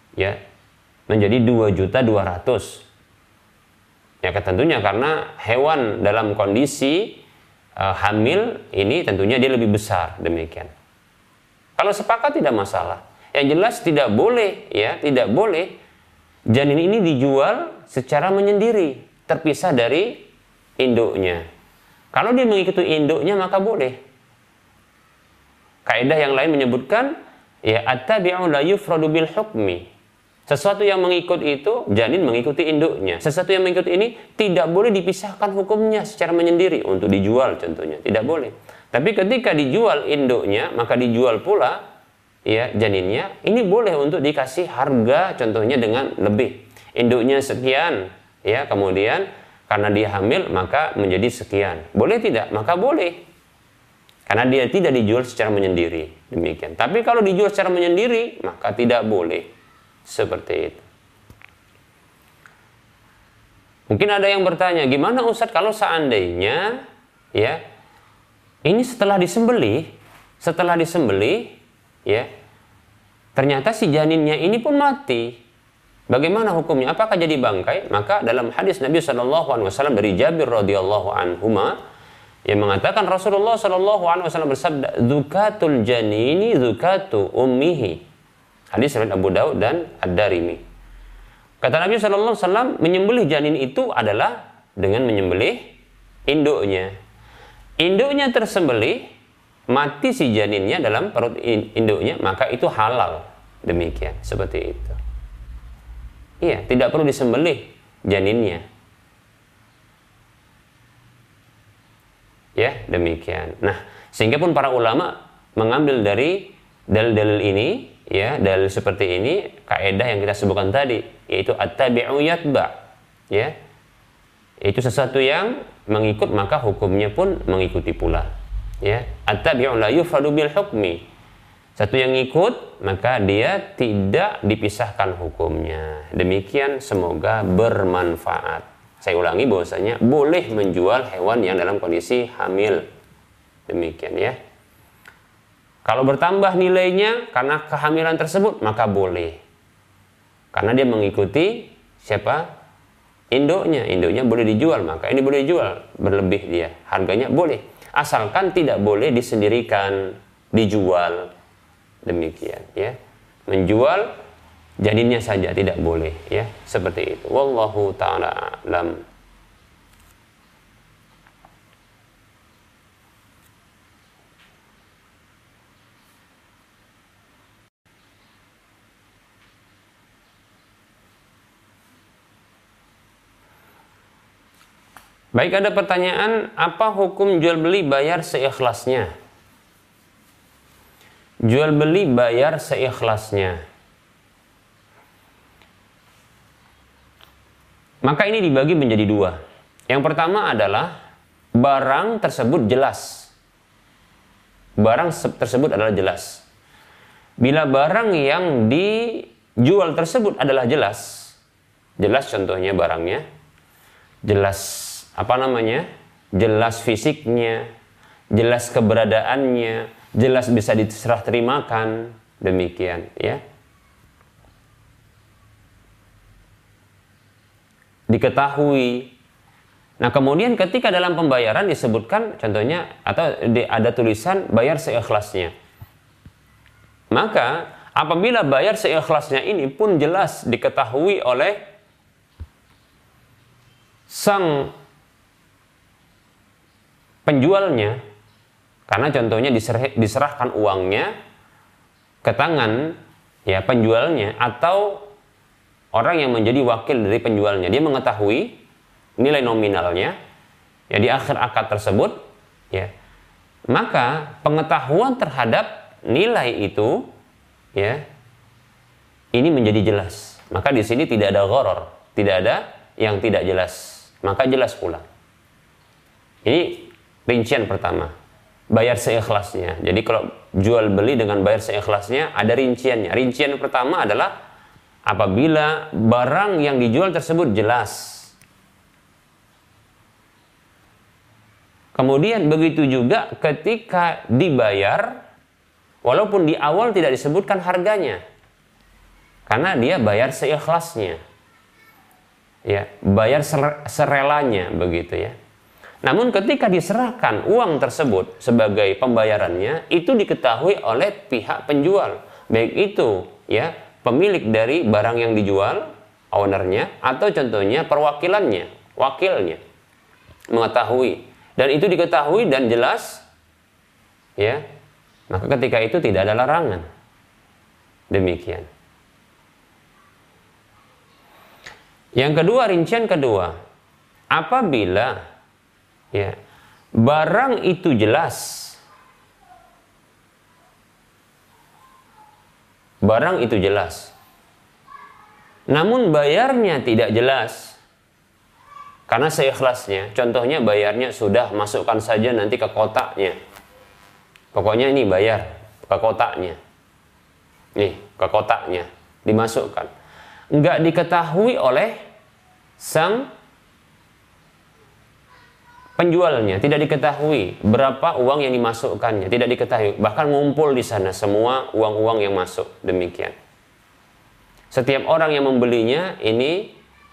2.200.000. Ya tentunya karena hewan dalam kondisi hamil ini tentunya dia lebih besar, demikian. Kalau sepakat tidak masalah. Yang jelas tidak boleh, ya tidak boleh janin ini dijual secara menyendiri, terpisah dari induknya. Kalau dia mengikuti induknya maka boleh. Kaidah yang lain menyebutkan ya at-tabi'u la yufradu bil hukmi. Sesuatu yang mengikut itu janin mengikuti induknya. Sesuatu yang mengikut ini tidak boleh dipisahkan hukumnya secara menyendiri untuk dijual contohnya, tidak boleh. Tapi ketika dijual induknya maka dijual pula ya janinnya, ini boleh untuk dikasih harga contohnya dengan lebih. Induknya sekian, ya kemudian karena dia hamil maka menjadi sekian. Boleh tidak? Maka boleh. Karena dia tidak dijual secara menyendiri. Demikian. Tapi kalau dijual secara menyendiri, maka tidak boleh. Seperti itu. Mungkin ada yang bertanya, gimana Ustadz kalau seandainya ya ini setelah disembelih, ya ternyata si janinnya ini pun mati. Bagaimana hukumnya? Apakah jadi bangkai? Maka dalam hadis Nabi SAW dari Jabir radhiyallahu anhuma yang mengatakan Rasulullah SAW bersabda, "Dzukatul janini dzukatu ummihi." Hadis riwayat Abu Daud dan Ad-Darimi. Kata Nabi SAW, menyembelih janin itu adalah dengan menyembelih induknya. Induknya tersembelih, mati si janinnya dalam perut induknya, maka itu halal. Demikian, seperti itu. Iya, tidak perlu disembelih janinnya. Ya, demikian. Nah, sehingga pun para ulama mengambil dari dalil-dalil ini, ya, dalil seperti ini, kaidah yang kita sebutkan tadi, yaitu at-tabi'u yatba', ya. Itu sesuatu yang mengikut maka hukumnya pun mengikuti pula, ya. At-tabi'u la yufradu bil hukmi. Satu yang ikut maka dia tidak dipisahkan hukumnya. Demikian, semoga bermanfaat. Saya ulangi bahwasanya boleh menjual hewan yang dalam kondisi hamil. Demikian, ya. Kalau bertambah nilainya karena kehamilan tersebut, maka boleh. Karena dia mengikuti siapa? Induknya. Induknya boleh dijual, maka ini boleh dijual. Berlebih dia. Harganya boleh. Asalkan tidak boleh disendirikan, dijual. Demikian, ya. Menjual janinnya saja tidak boleh, ya. Seperti itu. Wallahu ta'ala a'lam. Baik, ada pertanyaan, apa hukum jual beli bayar seikhlasnya? Jual beli bayar seikhlasnya. Maka ini dibagi menjadi dua. Yang pertama adalah barang tersebut jelas. Barang tersebut adalah jelas. Bila barang yang dijual tersebut adalah jelas, jelas contohnya barangnya, jelas jelas fisiknya, jelas keberadaannya, jelas bisa diserah terimakan, demikian, ya. Diketahui. Nah, kemudian ketika dalam pembayaran disebutkan contohnya atau ada tulisan bayar seikhlasnya. Maka apabila bayar seikhlasnya ini pun jelas diketahui oleh sang penjualnya, karena contohnya diserahkan uangnya ke tangan ya penjualnya atau orang yang menjadi wakil dari penjualnya, dia mengetahui nilai nominalnya ya di akhir akad tersebut, ya, maka pengetahuan terhadap nilai itu, ya, ini menjadi jelas. Maka di sini tidak ada gharar, tidak ada yang tidak jelas, maka jelas pula. Ini rincian pertama, bayar seikhlasnya. Jadi kalau jual beli dengan bayar seikhlasnya ada rinciannya. Rincian pertama adalah apabila barang yang dijual tersebut jelas. Kemudian begitu juga ketika dibayar, walaupun di awal tidak disebutkan harganya, karena dia bayar seikhlasnya, ya, bayar serelanya, begitu, ya. Namun ketika diserahkan uang tersebut sebagai pembayarannya, itu diketahui oleh pihak penjual, baik itu, ya, pemilik dari barang yang dijual, ownernya, atau contohnya perwakilannya, wakilnya, mengetahui. Dan itu diketahui dan jelas, ya, maka ketika itu tidak ada larangan. Demikian. Yang kedua, rincian kedua, apabila, ya, barang itu jelas, barang itu jelas, namun bayarnya tidak jelas, karena seikhlasnya, contohnya bayarnya sudah masukkan saja nanti ke kotaknya, Pokoknya ini bayar ke kotaknya. Nih, ke kotaknya dimasukkan. Enggak diketahui oleh sang penjualnya, tidak diketahui berapa uang yang dimasukkannya, tidak diketahui. Bahkan ngumpul di sana semua uang-uang yang masuk, demikian. Setiap orang yang membelinya ini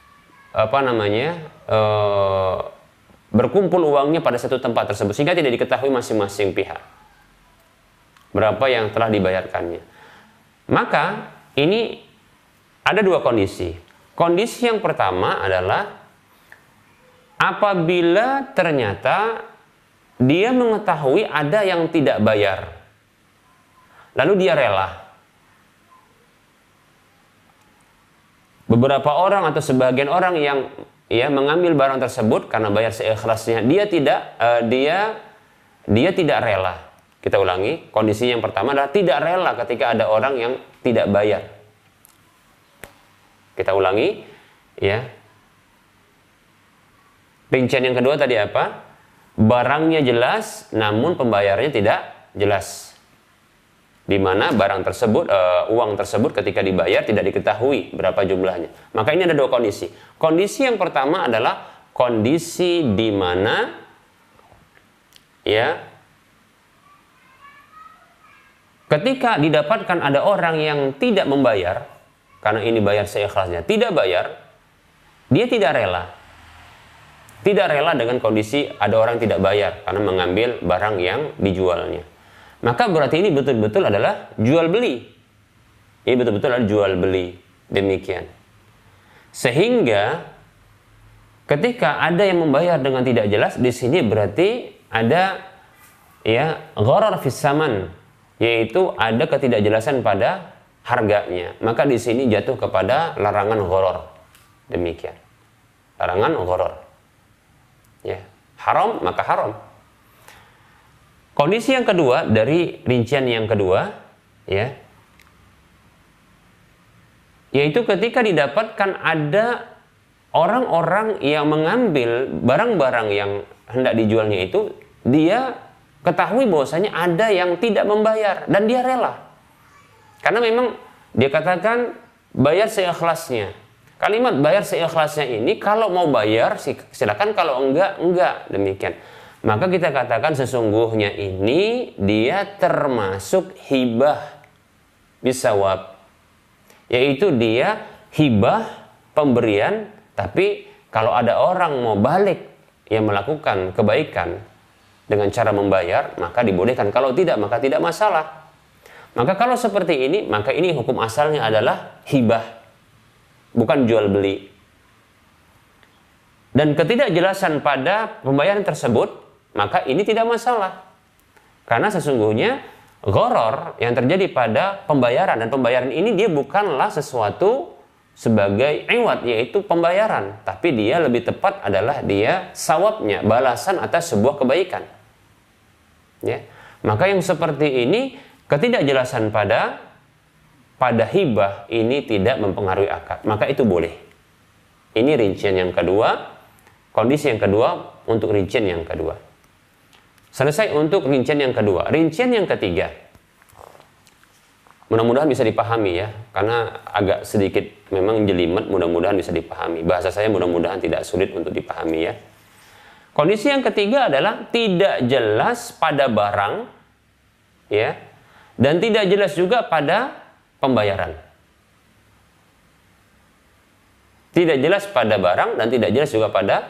berkumpul uangnya pada satu tempat tersebut sehingga tidak diketahui masing-masing pihak berapa yang telah dibayarkannya. Maka ini ada dua kondisi. Kondisi yang pertama adalah apabila ternyata dia mengetahui ada yang tidak bayar, lalu dia rela. Beberapa orang atau sebagian orang yang mengambil barang tersebut karena bayar seikhlasnya, dia tidak rela. Kita ulangi, kondisi yang pertama adalah tidak rela ketika ada orang yang tidak bayar. Kita ulangi, ya. Rincian yang kedua tadi apa? Barangnya jelas, namun pembayarannya tidak jelas. Di mana barang tersebut, uang tersebut ketika dibayar tidak diketahui berapa jumlahnya. Maka ini ada dua kondisi. Kondisi yang pertama adalah kondisi di mana, ya, ketika didapatkan ada orang yang tidak membayar, karena ini bayar seikhlasnya, tidak bayar, dia tidak rela. Tidak rela dengan kondisi ada orang tidak bayar karena mengambil barang yang dijualnya. Maka berarti ini betul-betul adalah jual beli. Ini betul-betul adalah jual beli. Demikian. Sehingga ketika ada yang membayar dengan tidak jelas, di sini berarti ada gharar fis saman, yaitu ada ketidakjelasan pada harganya. Maka di sini jatuh kepada larangan gharar. Demikian. Larangan gharar. Ya, haram maka haram. Kondisi yang kedua dari rincian yang kedua, ya, yaitu ketika didapatkan ada orang-orang yang mengambil barang-barang yang hendak dijualnya itu, dia ketahui bahwasanya ada yang tidak membayar dan dia rela. Karena memang dia katakan bayar seikhlasnya. Kalimat bayar seikhlasnya ini kalau mau bayar silakan, kalau enggak, demikian. Maka kita katakan sesungguhnya ini dia termasuk hibah bisawab. Yaitu dia hibah pemberian, tapi kalau ada orang mau balik yang melakukan kebaikan dengan cara membayar, maka dibolehkan. Kalau tidak, maka tidak masalah. Maka kalau seperti ini, maka ini hukum asalnya adalah hibah, bukan jual beli. Dan ketidakjelasan pada pembayaran tersebut, maka ini tidak masalah. Karena sesungguhnya gharar yang terjadi pada pembayaran, dan pembayaran ini dia bukanlah sesuatu sebagai iwat, yaitu pembayaran, tapi dia lebih tepat adalah dia sawabnya, balasan atas sebuah kebaikan. Ya. Maka yang seperti ini, ketidakjelasan pada hibah ini tidak mempengaruhi akad, maka itu boleh. Ini rincian yang kedua, kondisi yang kedua untuk rincian yang kedua. Selesai untuk rincian yang kedua. Rincian yang ketiga, mudah-mudahan bisa dipahami ya, karena agak sedikit memang jelimet, mudah-mudahan bisa dipahami. Bahasa saya mudah-mudahan tidak sulit untuk dipahami ya. Kondisi yang ketiga adalah tidak jelas pada barang, ya, dan tidak jelas juga pada pembayaran. Tidak jelas pada barang dan tidak jelas juga pada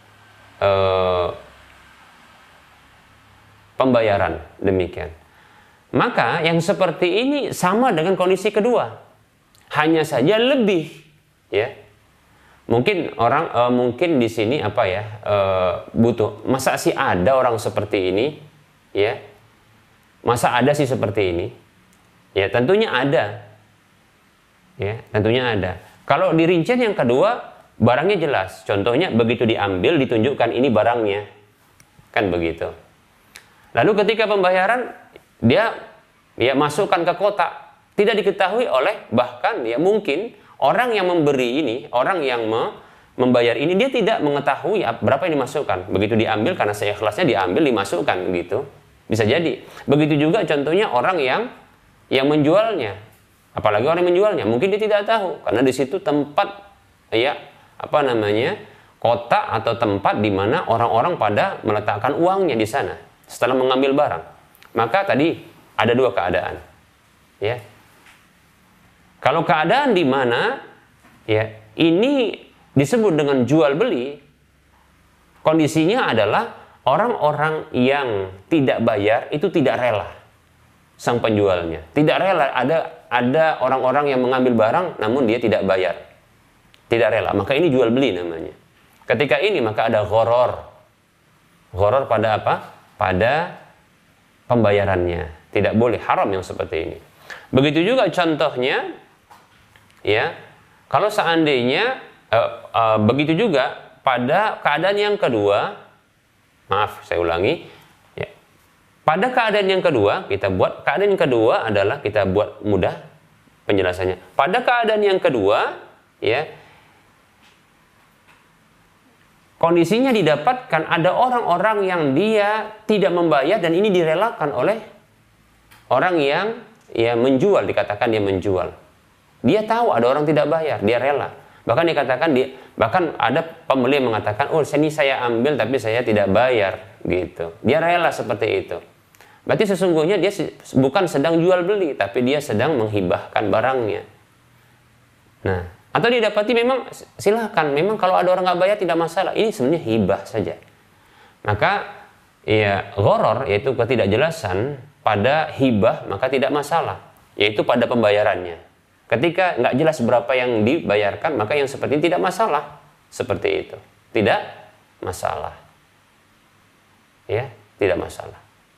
pembayaran. Demikian. Maka yang seperti ini sama dengan kondisi kedua, hanya saja lebih, ya. Mungkin orang mungkin di sini butuh. Masa sih ada orang seperti ini, ya? Masa ada sih seperti ini? Ya, tentunya ada. Ya, tentunya ada. Kalau di rincian yang kedua, barangnya jelas. Contohnya begitu diambil ditunjukkan ini barangnya. Kan begitu. Lalu ketika pembayaran dia masukkan ke kotak, tidak diketahui oleh, bahkan ya mungkin orang yang memberi ini, orang yang membayar ini, dia tidak mengetahui berapa yang dimasukkan. Begitu diambil karena seikhlasnya diambil, dimasukkan gitu. Bisa jadi. Begitu juga contohnya orang yang menjualnya. Apalagi orang yang menjualnya, mungkin dia tidak tahu karena di situ tempat kotak atau tempat di mana orang-orang pada meletakkan uangnya di sana setelah mengambil barang. Maka tadi ada dua keadaan. Ya. Kalau keadaan di mana ya ini disebut dengan jual beli, kondisinya adalah orang-orang yang tidak bayar itu tidak rela, sang penjualnya tidak rela. Ada orang-orang yang mengambil barang namun dia tidak bayar, tidak rela, maka ini jual beli namanya. Ketika ini maka ada gharar pada apa? Pada pembayarannya. Tidak boleh, haram yang seperti ini. Begitu juga contohnya, ya, kalau seandainya begitu juga pada keadaan yang kedua, maaf saya ulangi, ya, pada keadaan yang kedua keadaan yang kedua adalah kita buat mudah penjelasannya. Pada keadaan yang kedua, ya, kondisinya didapatkan ada orang-orang yang dia tidak membayar dan ini direlakan oleh orang yang menjual, dikatakan dia menjual. Dia tahu ada orang tidak bayar, dia rela. Bahkan dikatakan bahkan ada pembeli yang mengatakan, "Oh, ini saya ambil tapi saya tidak bayar." gitu. Dia rela seperti itu. Berarti sesungguhnya dia bukan sedang jual beli, tapi dia sedang menghibahkan barangnya. Nah, atau didapati memang silahkan, memang kalau ada orang nggak bayar tidak masalah. Ini sebenarnya hibah saja. Maka ya gharar yaitu ketidakjelasan pada hibah maka tidak masalah, yaitu pada pembayarannya. Ketika nggak jelas berapa yang dibayarkan maka yang seperti ini tidak masalah. Seperti itu, tidak masalah. Ya, tidak masalah.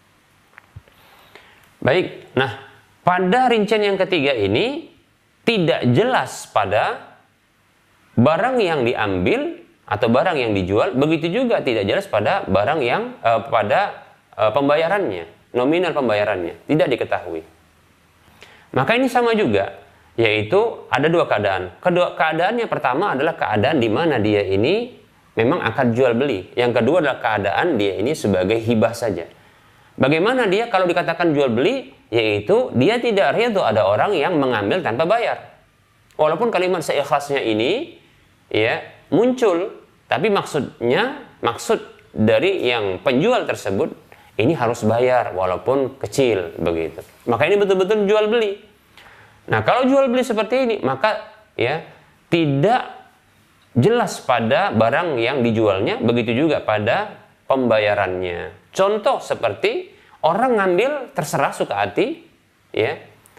Baik, nah pada rincian yang ketiga ini tidak jelas pada barang yang diambil atau barang yang dijual, begitu juga tidak jelas pada barang yang pembayarannya, nominal pembayarannya tidak diketahui. Maka ini sama juga, yaitu ada dua keadaan. Keadaan yang pertama adalah keadaan di mana dia ini memang akan jual beli. Yang kedua adalah keadaan dia ini sebagai hibah saja. Bagaimana dia kalau dikatakan jual beli? Yaitu dia tidak ridho ada orang yang mengambil tanpa bayar. Walaupun kalimat seikhlasnya ini ya muncul, tapi maksud dari yang penjual tersebut ini harus bayar walaupun kecil begitu. Maka ini betul-betul jual beli. Nah, kalau jual beli seperti ini maka ya tidak jelas pada barang yang dijualnya, begitu juga pada pembayarannya. Contoh seperti orang ngambil terserah suka hati, ya,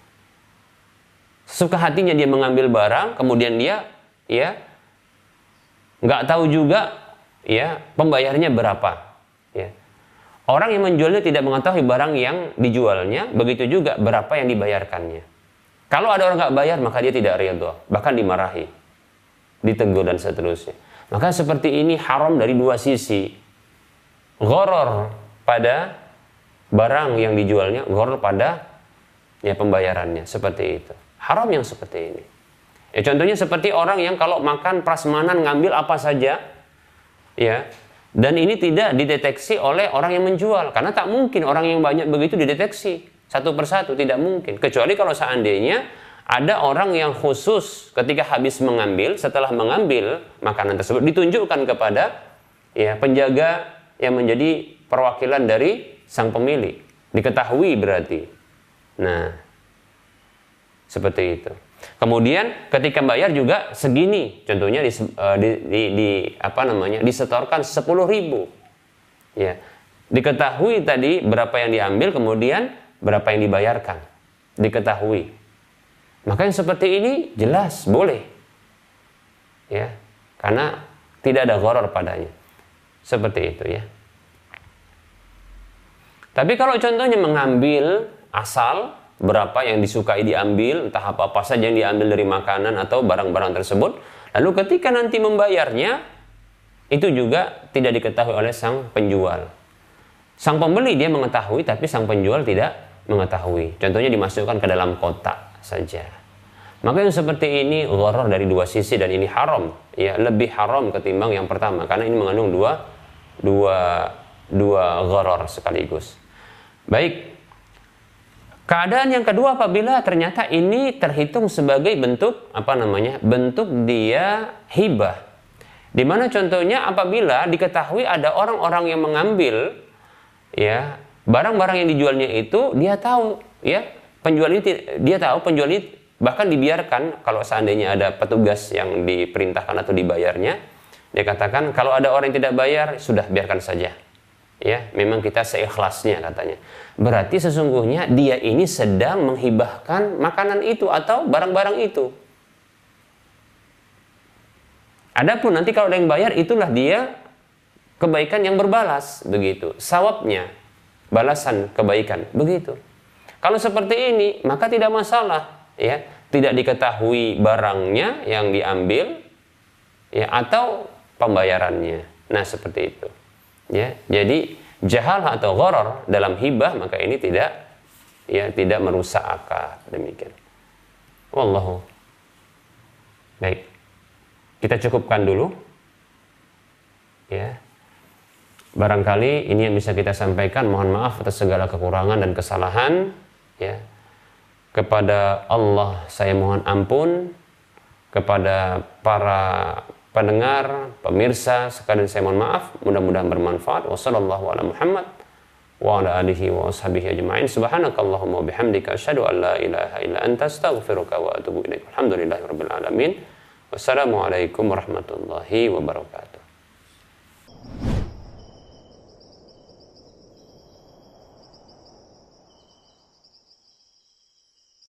suka hatinya dia mengambil barang, kemudian dia, ya, nggak tahu juga, ya, pembayarnya berapa, ya. Orang yang menjualnya tidak mengetahui barang yang dijualnya, begitu juga berapa yang dibayarkannya. Kalau ada orang nggak bayar maka dia tidak ridho, bahkan dimarahi, ditegur dan seterusnya. Maka seperti ini haram dari dua sisi. Gharar pada barang yang dijualnya, gharar pada ya pembayarannya, seperti itu. Haram yang seperti ini. Ya contohnya seperti orang yang kalau makan prasmanan ngambil apa saja, ya, dan ini tidak dideteksi oleh orang yang menjual, karena tak mungkin orang yang banyak begitu dideteksi satu persatu, tidak mungkin. Kecuali kalau seandainya ada orang yang khusus ketika habis mengambil, setelah mengambil makanan tersebut ditunjukkan kepada ya penjaga yang menjadi perwakilan dari sang pemilik, diketahui berarti. Nah, seperti itu. Kemudian ketika bayar juga segini, contohnya disetorkan 10.000. Ya. Diketahui tadi berapa yang diambil, kemudian berapa yang dibayarkan. Diketahui. Maka yang seperti ini jelas boleh. Ya. Karena tidak ada gharar padanya. Seperti itu ya. Tapi kalau contohnya mengambil asal berapa yang disukai diambil, entah apa-apa saja yang diambil dari makanan atau barang-barang tersebut, lalu ketika nanti membayarnya itu juga tidak diketahui oleh sang penjual. Sang pembeli dia mengetahui, tapi sang penjual tidak mengetahui. Contohnya dimasukkan ke dalam kotak saja. Maka yang seperti ini gharar dari dua sisi, dan ini haram, ya, lebih haram ketimbang yang pertama karena ini mengandung dua gharar sekaligus. Baik. Keadaan yang kedua apabila ternyata ini terhitung sebagai bentuk bentuk dia hibah. Di mana contohnya apabila diketahui ada orang-orang yang mengambil ya barang-barang yang dijualnya itu, dia tahu ya penjual ini bahkan dibiarkan kalau seandainya ada petugas yang diperintahkan atau dibayarnya, dia katakan kalau ada orang yang tidak bayar sudah biarkan saja. Ya, memang kita seikhlasnya katanya. Berarti sesungguhnya dia ini sedang menghibahkan makanan itu atau barang-barang itu. Adapun nanti kalau ada yang bayar, itulah dia kebaikan yang berbalas, begitu. Sawabnya, balasan kebaikan, begitu. Kalau seperti ini, maka tidak masalah, ya. Tidak diketahui barangnya yang diambil, ya, atau pembayarannya. Nah, seperti itu. Ya, jadi jahalah atau gharar dalam hibah maka ini tidak merusak akad, demikian. Wallahu. Baik. Kita cukupkan dulu. Ya. Barangkali ini yang bisa kita sampaikan. Mohon maaf atas segala kekurangan dan kesalahan, ya. Kepada Allah saya mohon ampun, kepada para pendengar, pemirsa sekalian saya mohon maaf, mudah-mudahan bermanfaat. Wassallallahu ala Muhammad wa ala alihi wa ashabihi ajma'in. Subhanakallahumma wa bihamdika asyhadu an la ilaha illa anta astaghfiruka wa atubu ilaik. Alhamdulillahirabbil alamin. Wassalamualaikum warahmatullahi wabarakatuh.